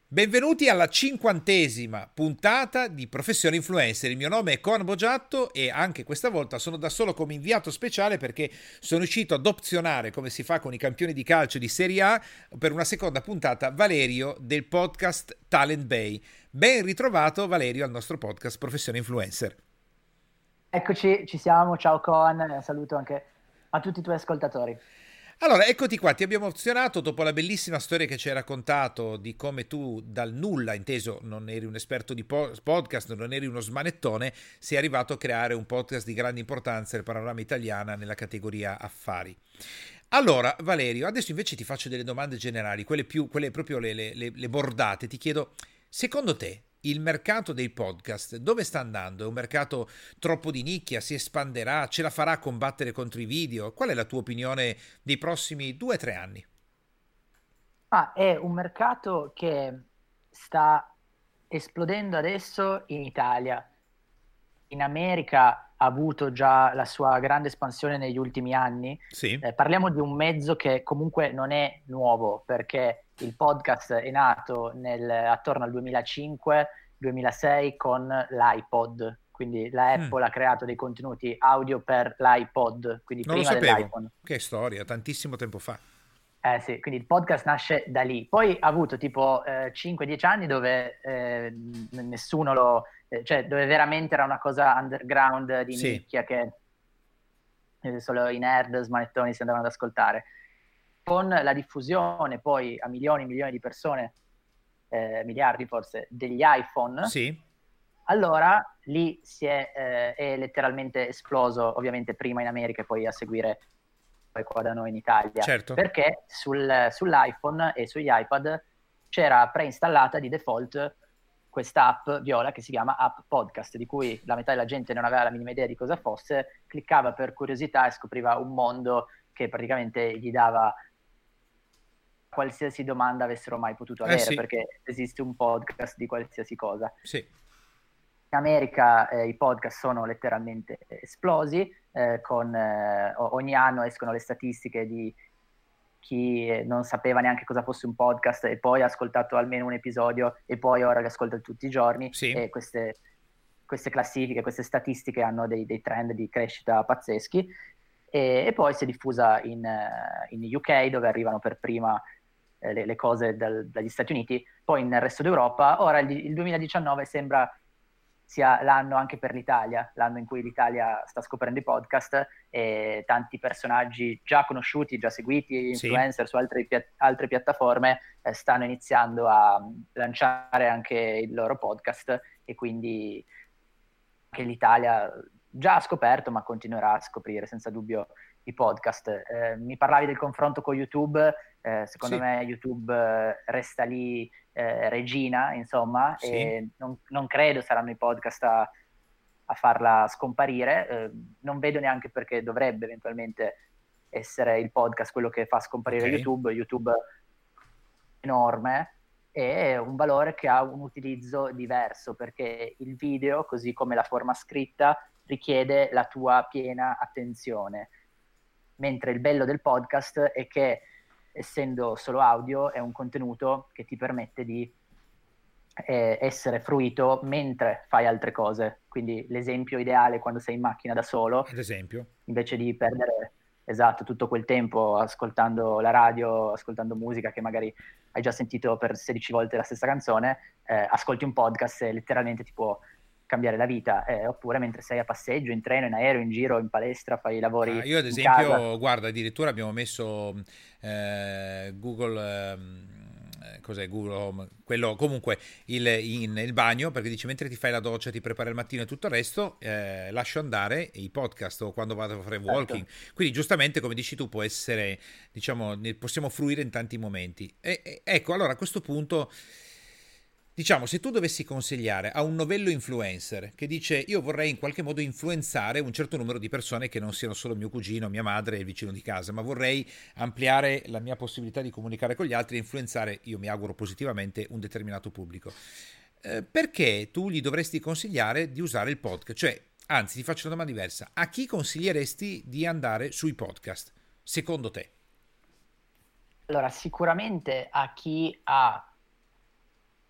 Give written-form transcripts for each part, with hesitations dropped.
Benvenuti alla 50ª puntata di Professione Influencer. Il mio nome è Coan Bogiatto e anche questa volta sono da solo come inviato speciale perché sono riuscito ad opzionare, come si fa con i campioni di calcio di Serie A, per una seconda puntata Valerio del podcast Talent Bay. Ben ritrovato Valerio al nostro podcast Professione Influencer. Eccoci, ci siamo. Ciao Coan, saluto anche a tutti i tuoi ascoltatori. Allora, eccoti qua, ti abbiamo opzionato dopo la bellissima storia che ci hai raccontato di come tu dal nulla, inteso, non eri un esperto di podcast, non eri uno smanettone, sei arrivato a creare un podcast di grande importanza nel panorama italiana nella categoria affari. Allora, Valerio, adesso invece ti faccio delle domande generali, quelle proprio le bordate. Ti chiedo, secondo te, il mercato dei podcast dove sta andando? È un mercato troppo di nicchia? Si espanderà? Ce la farà a combattere contro i video? Qual è la tua opinione dei prossimi 2 o 3 anni? È un mercato che sta esplodendo adesso in Italia. In America ha avuto già la sua grande espansione negli ultimi anni. Sì, Parliamo di un mezzo che comunque non è nuovo, perché il podcast è nato attorno al 2005-2006 con l'iPod. Quindi la Apple ha creato dei contenuti audio per l'iPod, quindi non lo prima sapevo. dell'iPhone. Che storia, tantissimo tempo fa. Eh sì, quindi il podcast nasce da lì. Poi ha avuto tipo 5-10 anni dove nessuno cioè dove veramente era una cosa underground di Sì, nicchia che solo i nerd smanettoni si andavano ad ascoltare. Con la diffusione poi a milioni e milioni di persone, miliardi forse, degli iPhone, sì, allora lì è letteralmente esploso, ovviamente prima in America e poi a seguire poi qua da noi in Italia, certo. perché sull'iPhone e sugli iPad c'era preinstallata di default questa app viola che si chiama App Podcast, di cui la metà della gente non aveva la minima idea di cosa fosse, cliccava per curiosità e scopriva un mondo che praticamente gli dava qualsiasi domanda avessero mai potuto Eh avere, sì, perché esiste un podcast di qualsiasi cosa. sì. In America i podcast sono letteralmente esplosi, ogni anno escono le statistiche di chi non sapeva neanche cosa fosse un podcast e poi ha ascoltato almeno un episodio e poi ora li ascolta tutti i giorni Sì, e queste classifiche, queste statistiche hanno dei trend di crescita pazzeschi e poi si è diffusa in UK dove arrivano per prima le cose dagli Stati Uniti, poi nel resto d'Europa. Ora il 2019 sembra sia l'anno anche per l'Italia, l'anno in cui l'Italia sta scoprendo i podcast e tanti personaggi già conosciuti, già seguiti, sì. influencer su altre piattaforme, stanno iniziando a lanciare anche il loro podcast e quindi anche l'Italia già ha scoperto, ma continuerà a scoprire senza dubbio i podcast. Mi parlavi del confronto con YouTube, secondo Sì, me YouTube resta lì regina, insomma, sì. e non credo saranno i podcast a farla scomparire. Non vedo neanche perché dovrebbe eventualmente essere il podcast quello che fa Ok. scomparire YouTube. YouTube è enorme e è un valore che ha un utilizzo diverso perché il video, così come la forma scritta, richiede la tua piena attenzione, mentre il bello del podcast è che essendo solo audio è un contenuto che ti permette di essere fruito mentre fai altre cose. Quindi l'esempio ideale è quando sei in macchina da solo, Ad esempio. invece di perdere esatto tutto quel tempo ascoltando la radio, ascoltando musica che magari hai già sentito per 16 volte la stessa canzone, ascolti un podcast e letteralmente ti può cambiare la vita, oppure mentre sei a passeggio, in treno, in aereo, in giro, in palestra, fai i Ah, lavori io ad in casa. esempio, guarda, addirittura abbiamo messo Google, cos'è Google Home? Quello comunque il bagno, perché dice mentre ti fai la doccia, ti prepari il mattino e tutto il resto, lascio andare i podcast o quando vado a fare walking. Certo. Quindi giustamente, come dici tu, può essere, diciamo, ne possiamo fruire in tanti momenti. Ecco, allora a questo punto diciamo, se tu dovessi consigliare a un novello influencer che dice io vorrei in qualche modo influenzare un certo numero di persone che non siano solo mio cugino, mia madre e il vicino di casa, ma vorrei ampliare la mia possibilità di comunicare con gli altri e influenzare, io mi auguro positivamente, un determinato pubblico. Perché tu gli dovresti consigliare di usare il podcast? Cioè, anzi, ti faccio una domanda diversa. A chi consiglieresti di andare sui podcast, secondo te? Allora, sicuramente a chi ha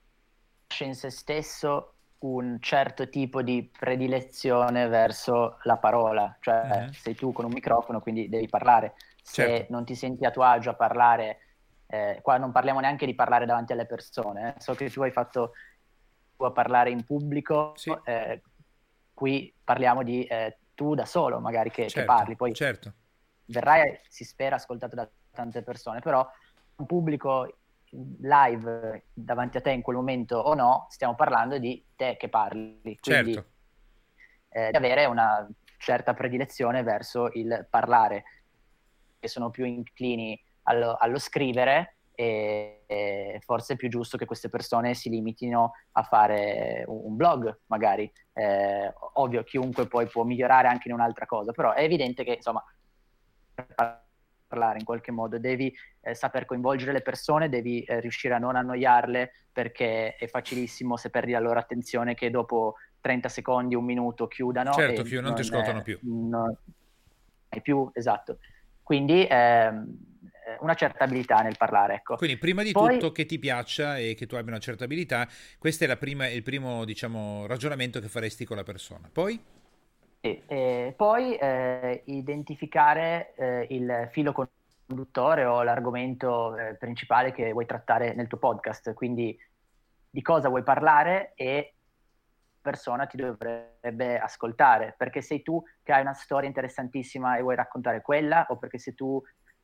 nasce in se stesso un certo tipo di predilezione verso la parola, cioè sei tu con un microfono, quindi devi parlare. Se Certo. non ti senti a tuo agio a parlare, qua non parliamo neanche di parlare davanti alle persone, so che tu hai fatto a parlare in pubblico, Sì, qui parliamo di tu da solo magari che certo, parli, poi certo. verrai, si spera, ascoltato da tante persone, però un pubblico live davanti a te in quel momento o no, stiamo parlando di te che parli, quindi Certo. di avere una certa predilezione verso il parlare, che sono più inclini allo scrivere e forse è più giusto che queste persone si limitino a fare un blog magari. Ovvio, chiunque poi può migliorare anche in un'altra cosa, però è evidente che insomma per parlare in qualche modo devi saper coinvolgere le persone, devi riuscire a non annoiarle, perché è facilissimo se perdi la loro attenzione che dopo 30 secondi, un minuto chiudano Certo, e che non ti ascoltano più. non hai più, esatto. Quindi una certa abilità nel parlare, ecco. Quindi, prima di Poi, tutto, che ti piaccia e che tu abbia una certa abilità, questo è il primo, diciamo, ragionamento che faresti con la persona. Poi? sì, poi identificare il filo conduttore o l'argomento principale che vuoi trattare nel tuo podcast, quindi di cosa vuoi parlare e persona ti dovrebbe ascoltare, perché sei tu che hai una storia interessantissima e vuoi raccontare quella, o perché sei tu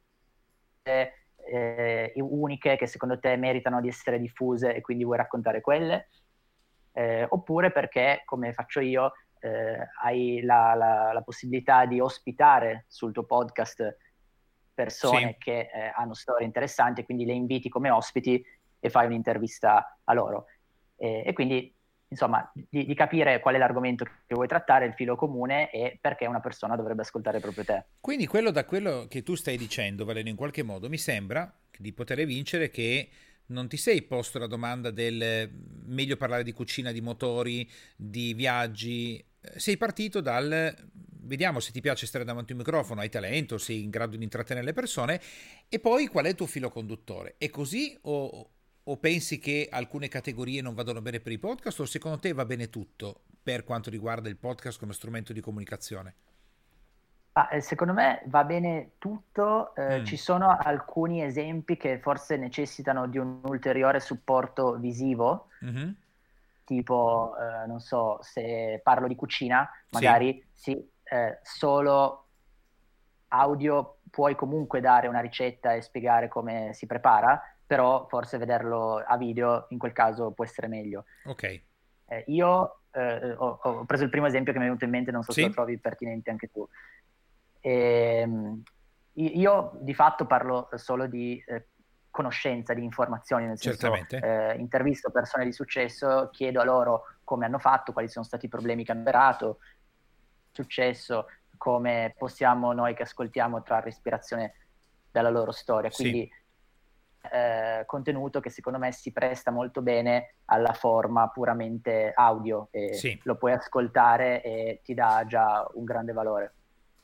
uniche che secondo te meritano di essere diffuse e quindi vuoi raccontare quelle, oppure perché, come faccio io, hai la possibilità di ospitare sul tuo podcast Sì. persone che hanno storie interessanti e quindi le inviti come ospiti e fai un'intervista a loro. E quindi, insomma, di capire qual è l'argomento che vuoi trattare, il filo comune e perché una persona dovrebbe ascoltare proprio te. Quindi quello, da quello che tu stai dicendo, Valerio, in qualche modo mi sembra di poter vincere che non ti sei posto la domanda del meglio parlare di cucina, di motori, di viaggi. Sei partito dal vediamo se ti piace stare davanti a un microfono, hai talento, sei in grado di intrattenere le persone, e poi qual è il tuo filo conduttore? È così o pensi che alcune categorie non vadano bene per i podcast, o secondo te va bene tutto per quanto riguarda il podcast come strumento di comunicazione? Secondo me va bene tutto, Mm. ci sono alcuni esempi che forse necessitano di un ulteriore supporto visivo, Mhm. tipo, non so, se parlo di cucina, Sì, magari sì, solo audio puoi comunque dare una ricetta e spiegare come si prepara, però forse vederlo a video in quel caso può essere meglio. ok. Io ho preso il primo esempio che mi è venuto in mente, non so se lo Sì, trovi pertinente anche tu. Io di fatto parlo solo di conoscenza, di informazioni, nel senso certamente. intervisto persone di successo, chiedo a loro come hanno fatto, quali sono stati i problemi che hanno superato, successo, come possiamo noi che ascoltiamo trarre ispirazione dalla loro storia. Sì, Quindi contenuto che secondo me si presta molto bene alla forma puramente audio e sì. lo puoi ascoltare e ti dà già un grande valore.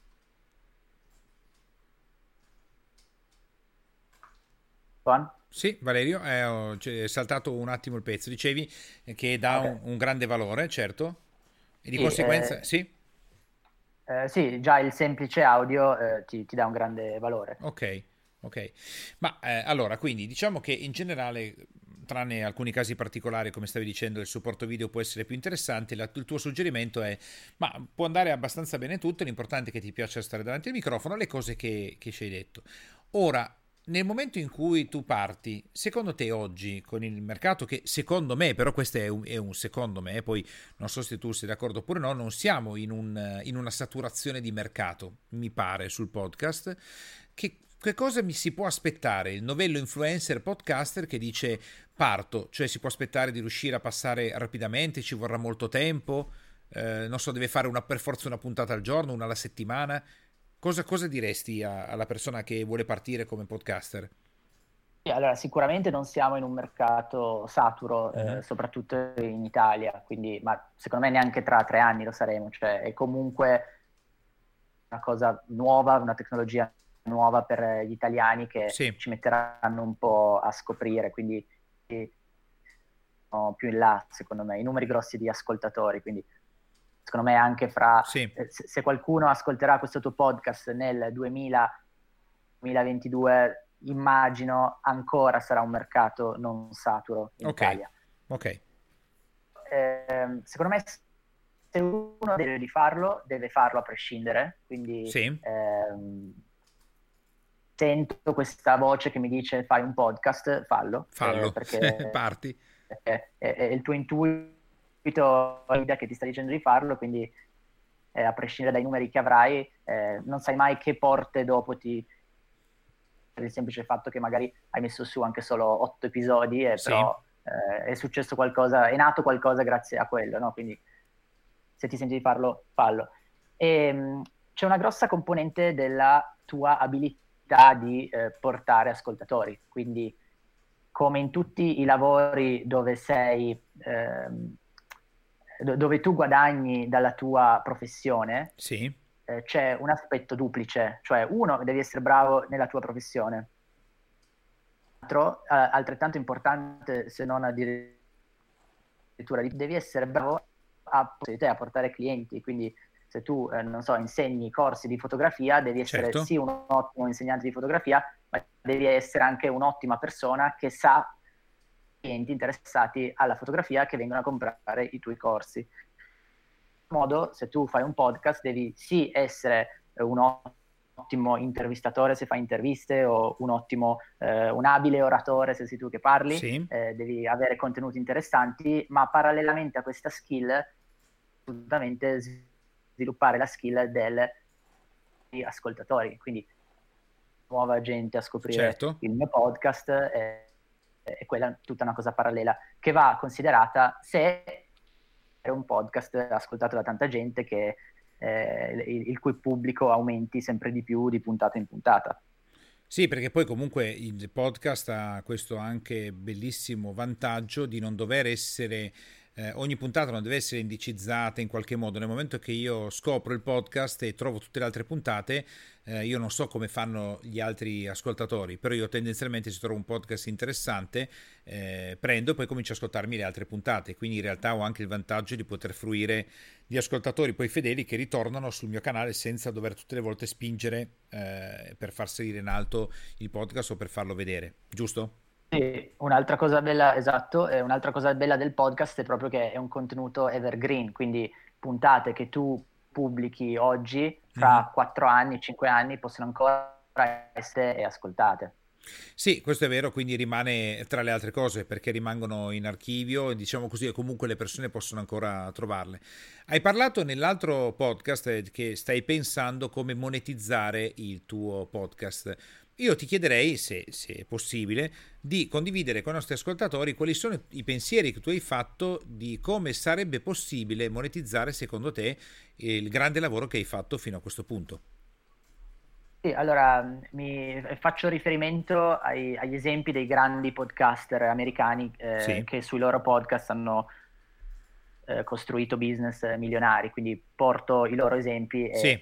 Juan? Sì, Valerio, è saltato un attimo il pezzo. Dicevi che dà Ok. un grande valore, certo, e di Sì, conseguenza, sì, sì, già il semplice audio ti dà un grande valore. ok, ok. Ma allora, quindi diciamo che in generale, tranne alcuni casi particolari, come stavi dicendo, il supporto video può essere più interessante. Il tuo suggerimento è, ma può andare abbastanza bene tutto, l'importante è che ti piaccia stare davanti al microfono, le cose che ci hai detto. Ora, nel momento in cui tu parti, secondo te oggi, con il mercato che secondo me, però questo è un secondo me, poi non so se tu sei d'accordo oppure no, non siamo in una saturazione di mercato, mi pare, sul podcast. Che cosa mi si può aspettare il novello influencer podcaster che dice parto, cioè si può aspettare di riuscire a passare rapidamente, ci vorrà molto tempo, non so, deve fare per forza una puntata al giorno, una alla settimana. Cosa diresti alla persona che vuole partire come podcaster? Sì, allora, sicuramente non siamo in un mercato saturo, Mhm. soprattutto in Italia, quindi, ma secondo me neanche tra 3 anni lo saremo, cioè è comunque una cosa nuova, una tecnologia nuova per gli italiani che Sì, ci metteranno un po' a scoprire, quindi più in là, secondo me, i numeri grossi di ascoltatori, quindi secondo me anche fra Sì, se qualcuno ascolterà questo tuo podcast nel 2022, immagino ancora sarà un mercato non saturo in ok, Italia. ok. Secondo me se uno deve farlo a prescindere, quindi Sì, sento questa voce che mi dice fai un podcast, fallo, fallo, perché parti. è il tuo intuito, l'idea che ti sta dicendo di farlo, quindi a prescindere dai numeri che avrai, non sai mai che porte dopo per il semplice fatto che magari hai messo su anche solo 8 episodi, Sì, però è successo qualcosa, è nato qualcosa grazie a quello, no? Quindi se ti senti di farlo, fallo. E, c'è una grossa componente della tua abilità di portare ascoltatori, quindi come in tutti i lavori dove sei, dove tu guadagni dalla tua professione, sì, c'è un aspetto duplice, cioè uno, devi essere bravo nella tua professione, altro, altrettanto importante, se non addirittura, devi essere bravo a portare clienti, quindi se tu, non so, insegni corsi di fotografia, devi essere certo. sì un ottimo insegnante di fotografia, ma devi essere anche un'ottima persona che sa clienti interessati alla fotografia che vengono a comprare i tuoi corsi. In modo, se tu fai un podcast, devi sì essere un ottimo intervistatore se fai interviste o un abile oratore se sei tu che parli, Sì, devi avere contenuti interessanti, ma parallelamente a questa skill, assolutamente sviluppare la skill degli ascoltatori, quindi nuova gente a scoprire certo. il mio podcast, è quella tutta una cosa parallela che va considerata se è un podcast ascoltato da tanta gente che il cui pubblico aumenti sempre di più di puntata in puntata. Sì, perché poi comunque il podcast ha questo anche bellissimo vantaggio di non dover essere, ogni puntata non deve essere indicizzata in qualche modo. Nel momento che io scopro il podcast e trovo tutte le altre puntate, io non so come fanno gli altri ascoltatori, però io tendenzialmente se trovo un podcast interessante, prendo e poi comincio a ascoltarmi le altre puntate. Quindi in realtà ho anche il vantaggio di poter fruire di ascoltatori poi fedeli che ritornano sul mio canale senza dover tutte le volte spingere per far salire in alto il podcast o per farlo vedere, giusto? Sì, un'altra cosa bella, esatto, un'altra cosa bella del podcast è proprio che è un contenuto evergreen, quindi puntate che tu pubblichi oggi, Mhm. fra 4 anni, 5 anni, possono ancora essere ascoltate. Sì, questo è vero, quindi rimane tra le altre cose perché rimangono in archivio e diciamo così e comunque le persone possono ancora trovarle. Hai parlato nell'altro podcast che stai pensando come monetizzare il tuo podcast. Io ti chiederei, se è possibile, di condividere con i nostri ascoltatori quali sono i pensieri che tu hai fatto di come sarebbe possibile monetizzare secondo te il grande lavoro che hai fatto fino a questo punto. Sì, allora mi faccio riferimento agli esempi dei grandi podcaster americani Sì, che sui loro podcast hanno costruito business milionari, quindi porto i loro esempi sì, e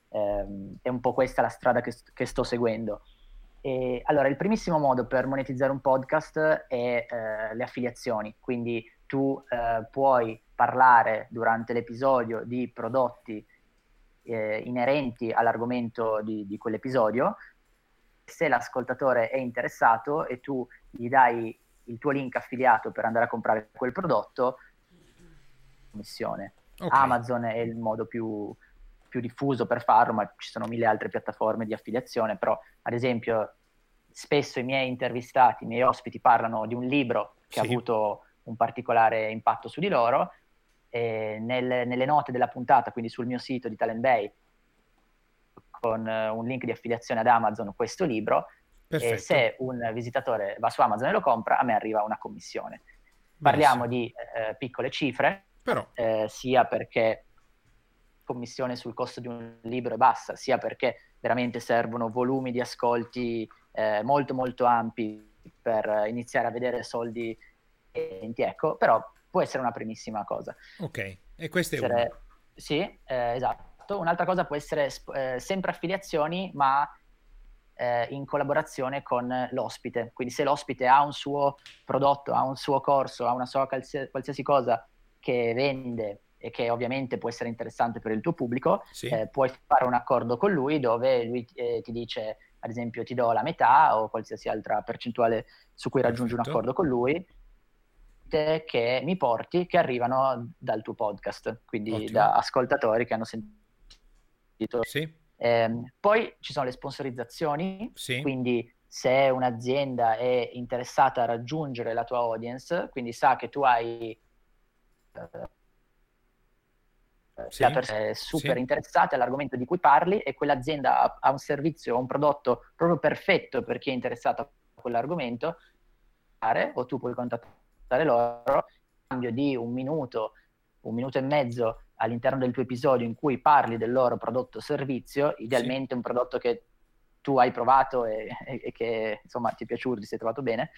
è un po' questa la strada che sto seguendo. E, allora, il primissimo modo per monetizzare un podcast è le affiliazioni, quindi tu puoi parlare durante l'episodio di prodotti inerenti all'argomento di quell'episodio. Se l'ascoltatore è interessato e tu gli dai il tuo link affiliato per andare a comprare quel prodotto, commissione. ok, Amazon è il modo più diffuso per farlo, ma ci sono mille altre piattaforme di affiliazione, però ad esempio spesso i miei intervistati, i miei ospiti parlano di un libro che ha sì, avuto un particolare impatto su di loro, e nelle note della puntata, quindi sul mio sito di Talent Bay, con un link di affiliazione ad Amazon questo libro, e perfetto, se un visitatore va su Amazon e lo compra, a me arriva una commissione. benissimo. Parliamo di piccole cifre, Però, sia perché commissione sul costo di un libro è bassa, sia perché veramente servono volumi di ascolti molto molto ampi per iniziare a vedere soldi, ecco, però può essere una primissima cosa. ok, e questa è una. Sì, esatto. Un'altra cosa può essere sempre affiliazioni, ma in collaborazione con l'ospite. Quindi se l'ospite ha un suo prodotto, ha un suo corso, ha una sua qualsiasi cosa che vende e che ovviamente può essere interessante per il tuo pubblico, Sì. Puoi fare un accordo con lui dove lui ti dice, ad esempio, ti do la metà o qualsiasi altra percentuale su cui raggiungi un accordo con lui, che mi porti, che arrivano dal tuo podcast, quindi Ottimo. da ascoltatori che hanno sentito. Sì. Poi ci sono le sponsorizzazioni, Sì. quindi se un'azienda è interessata a raggiungere la tua audience, quindi sa che tu hai la persona è super interessata all'argomento di cui parli e quell'azienda ha un servizio o un prodotto proprio perfetto per chi è interessato a quell'argomento, o tu puoi contattare loro in cambio di un minuto e mezzo all'interno del tuo episodio in cui parli del loro prodotto o servizio, idealmente un prodotto che tu hai provato e che insomma ti è piaciuto, ti sei trovato bene.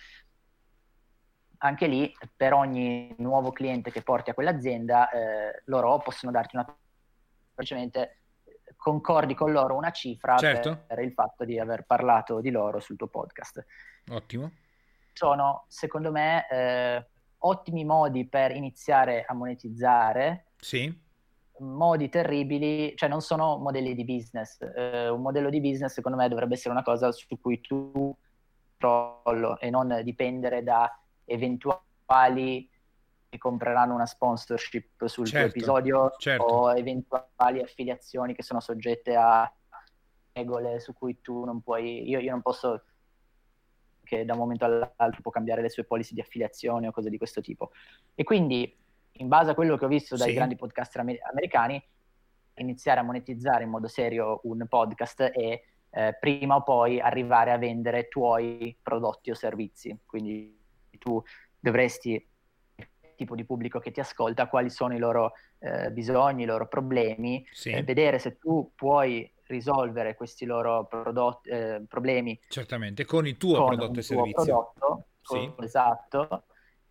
Anche lì, per ogni nuovo cliente che porti a quell'azienda, loro possono darti semplicemente concordi con loro una cifra per il fatto di aver parlato di loro sul tuo podcast. Ottimo. Sono, secondo me, ottimi modi per iniziare a monetizzare. Sì. Modi terribili, cioè non sono modelli di business. Un modello di business, secondo me, dovrebbe essere una cosa su cui tu controllo e non dipendere da eventuali che compreranno una sponsorship sul tuo episodio o eventuali affiliazioni che sono soggette a regole su cui tu non puoi, io non posso, che da un momento all'altro può cambiare le sue policy di affiliazione o cose di questo tipo. E quindi, in base a quello che ho visto dai grandi podcaster americani, iniziare a monetizzare in modo serio un podcast e prima o poi arrivare a vendere tuoi prodotti o servizi. Quindi tu dovresti, il tipo di pubblico che ti ascolta, quali sono i loro bisogni, i loro problemi, vedere se tu puoi risolvere questi loro problemi certamente con il tuo prodotto e servizio. Esatto,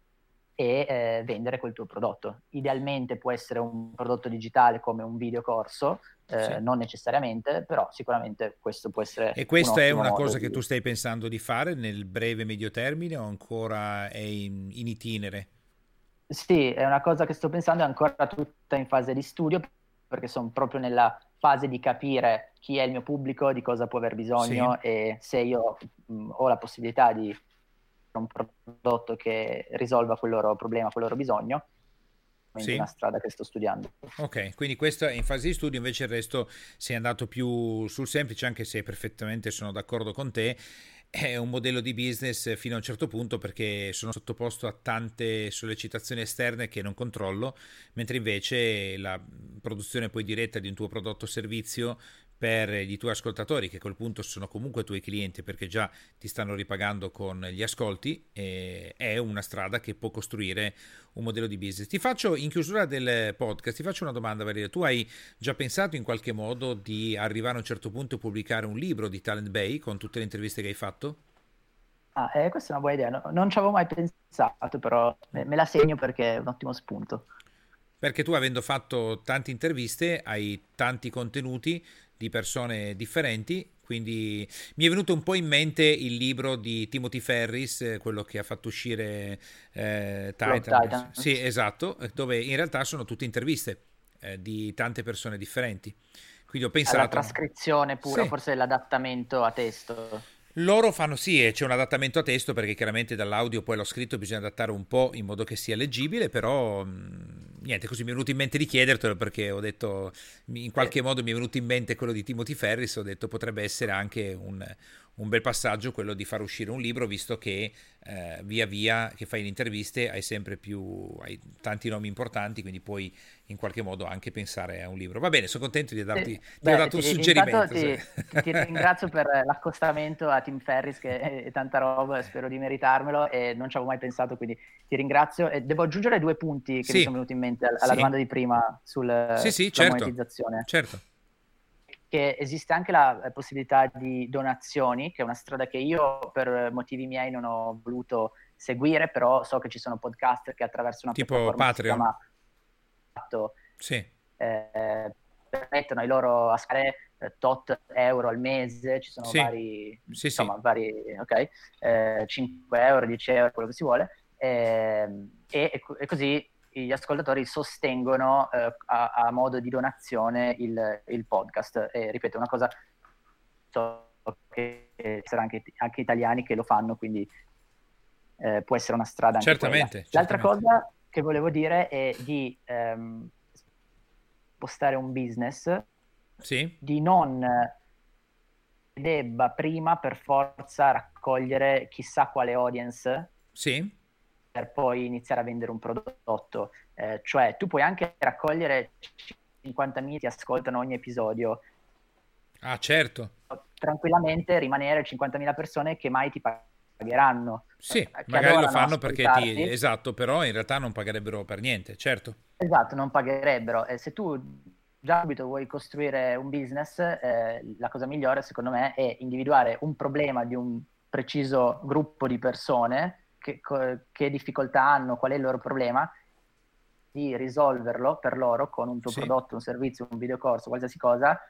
e vendere quel tuo prodotto. Idealmente può essere un prodotto digitale come un videocorso, non necessariamente, però sicuramente questo può essere. E questa è una cosa che tu stai pensando di fare nel breve medio termine o ancora è in itinere? Sì, è una cosa che sto pensando, è ancora tutta in fase di studio, perché sono proprio nella fase di capire chi è il mio pubblico, di cosa può aver bisogno e se io ho la possibilità di un prodotto che risolva quel loro problema, quel loro bisogno. È una strada che sto studiando. Ok, quindi questo è in fase di studio, invece il resto sei andato più sul semplice, anche se perfettamente sono d'accordo con te. È un modello di business fino a un certo punto, perché sono sottoposto a tante sollecitazioni esterne che non controllo, mentre invece la produzione poi diretta di un tuo prodotto o servizio per i tuoi ascoltatori, che a quel punto sono comunque tuoi clienti perché già ti stanno ripagando con gli ascolti, è una strada che può costruire un modello di business. Ti faccio, in chiusura del podcast, ti faccio una domanda, Valeria. Tu hai già pensato in qualche modo di arrivare a un certo punto e pubblicare un libro di Talent Bay con tutte le interviste che hai fatto? Questa è una buona idea, non ci avevo mai pensato, però me la segno perché è un ottimo spunto. Perché tu, avendo fatto tante interviste, hai tanti contenuti di persone differenti, quindi mi è venuto un po' in mente il libro di Timothy Ferris, quello che ha fatto uscire Titan. Sì, esatto, dove in realtà sono tutte interviste di tante persone differenti. Quindi ho pensato... La trascrizione pure, forse l'adattamento a testo. Loro fanno c'è un adattamento a testo, perché chiaramente dall'audio poi allo scritto bisogna adattare un po' in modo che sia leggibile, però niente, così mi è venuto in mente di chiedertelo, perché ho detto, in qualche modo mi è venuto in mente quello di Timothy Ferris, ho detto potrebbe essere anche un bel passaggio quello di far uscire un libro, visto che via via che fai le interviste hai tanti nomi importanti, quindi puoi in qualche modo anche pensare a un libro. Va bene, sono contento di darti ho dato un suggerimento. Ti ringrazio per l'accostamento a Tim Ferris, che è tanta roba, spero di meritarmelo e non ci avevo mai pensato, quindi ti ringrazio. E devo aggiungere 2 punti che mi sono venuti in mente alla domanda di prima sulla monetizzazione. Certo. Che esiste anche la possibilità di donazioni, che è una strada che io per motivi miei non ho voluto seguire, però so che ci sono podcaster che attraverso una tipo Patreon permettono ai loro ascoltatori tot euro al mese, ci sono Sì, vari, sì, insomma, sì. vari, ok, 5 euro, 10 euro, quello che si vuole, e così gli ascoltatori sostengono a modo di donazione il podcast. E ripeto, una cosa, so che saranno anche italiani che lo fanno, quindi può essere una strada anche quella. Certamente, L'altra certamente. cosa che volevo dire è di postare un business, Sì, di non debba prima per forza raccogliere chissà quale audience sì. per poi iniziare a vendere un prodotto. Cioè, tu puoi anche raccogliere 50.000 ti ascoltano ogni episodio, Ah, certo. tranquillamente rimanere 50.000 persone che mai ti pagheranno, Sì, che magari lo adorano fanno perché ti... ascoltarti. Esatto, però in realtà non pagherebbero per niente, certo. Esatto, non pagherebbero. E se tu già subito vuoi costruire un business, la cosa migliore secondo me è individuare un problema di un preciso gruppo di persone, che difficoltà hanno, qual è il loro problema, di risolverlo per loro con un tuo Sì. prodotto, un servizio, un videocorso, qualsiasi cosa,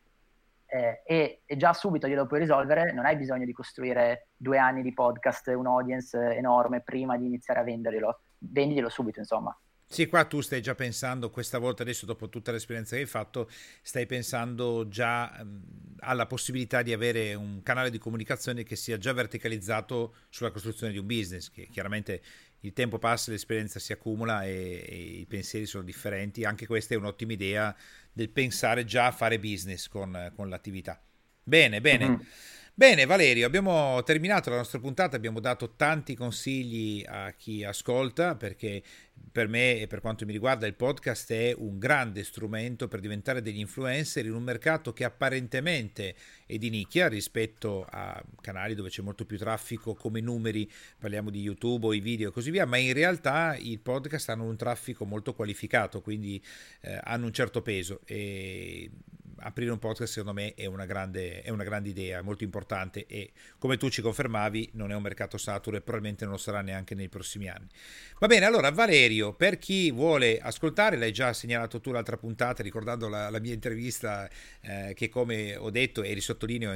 e già subito glielo puoi risolvere, non hai bisogno di costruire 2 anni di podcast, un audience enorme prima di iniziare a venderglielo, vendiglielo subito, insomma. Sì, qua tu stai già pensando, questa volta adesso dopo tutta l'esperienza che hai fatto, stai pensando già alla possibilità di avere un canale di comunicazione che sia già verticalizzato sulla costruzione di un business, che chiaramente il tempo passa, l'esperienza si accumula e i pensieri sono differenti. Anche questa è un'ottima idea del pensare già a fare business con l'attività. Bene, bene. Mhm. Bene Valerio, abbiamo terminato la nostra puntata, abbiamo dato tanti consigli a chi ascolta perché per me e per quanto mi riguarda il podcast è un grande strumento per diventare degli influencer in un mercato che apparentemente è di nicchia rispetto a canali dove c'è molto più traffico come numeri, parliamo di YouTube o i video e così via, ma in realtà i podcast hanno un traffico molto qualificato, quindi hanno un certo peso e aprire un podcast secondo me è una grande idea, molto importante e come tu ci confermavi non è un mercato saturo e probabilmente non lo sarà neanche nei prossimi anni. Va bene, allora Valerio, per chi vuole ascoltare, l'hai già segnalato tu l'altra puntata ricordando la mia intervista che come ho detto e risottolineo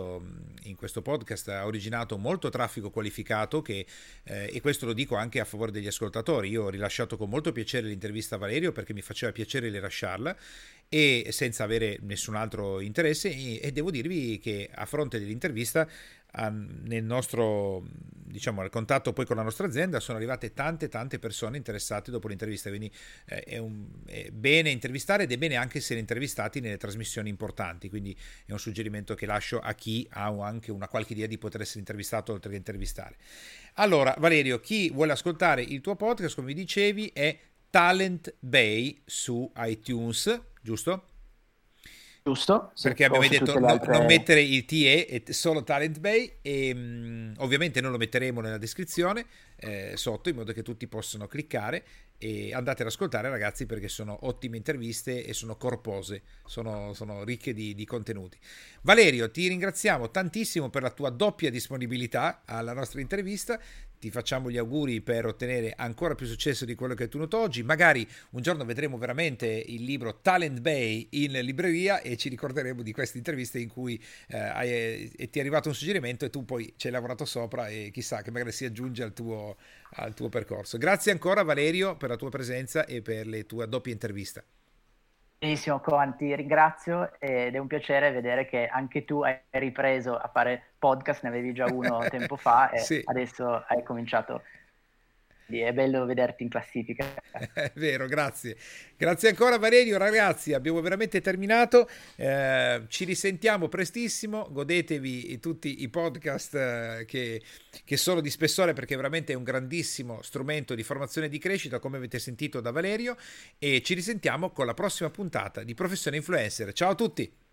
in questo podcast ha originato molto traffico qualificato e questo lo dico anche a favore degli ascoltatori. Io ho rilasciato con molto piacere l'intervista a Valerio perché mi faceva piacere rilasciarla e senza avere nessun altro interesse e devo dirvi che a fronte dell'intervista nel nostro diciamo al contatto poi con la nostra azienda sono arrivate tante persone interessate dopo l'intervista, quindi è bene intervistare ed è bene anche essere intervistati nelle trasmissioni importanti, quindi è un suggerimento che lascio a chi ha anche una qualche idea di poter essere intervistato oltre che intervistare. Allora Valerio, chi vuole ascoltare il tuo podcast come dicevi è Talent Bay su iTunes, giusto? Giusto? Sì, Perché abbiamo o su detto tutte le non altre. mettere il TE e solo Talent Bay e ovviamente noi lo metteremo nella descrizione sotto in modo che tutti possano cliccare e andate ad ascoltare ragazzi perché sono ottime interviste e sono corpose, sono ricche di contenuti. Valerio, ti ringraziamo tantissimo per la tua doppia disponibilità alla nostra intervista. Ti facciamo gli auguri per ottenere ancora più successo di quello che hai ottenuto oggi. Magari un giorno vedremo veramente il libro Talent Bay in libreria e ci ricorderemo di queste interviste in cui ti è arrivato un suggerimento e tu poi ci hai lavorato sopra e chissà che magari si aggiunge al tuo percorso. Grazie ancora Valerio per la tua presenza e per le tue doppie interviste. Benissimo, Coan, ti ringrazio ed è un piacere vedere che anche tu hai ripreso a fare podcast, ne avevi già uno tempo fa e Sì. adesso hai cominciato. Quindi è bello vederti in classifica. È vero, grazie. Grazie ancora Valerio, ragazzi, abbiamo veramente terminato. Ci risentiamo prestissimo, godetevi tutti i podcast che sono di spessore perché veramente è un grandissimo strumento di formazione e di crescita, come avete sentito da Valerio, e ci risentiamo con la prossima puntata di Professione Influencer. Ciao a tutti!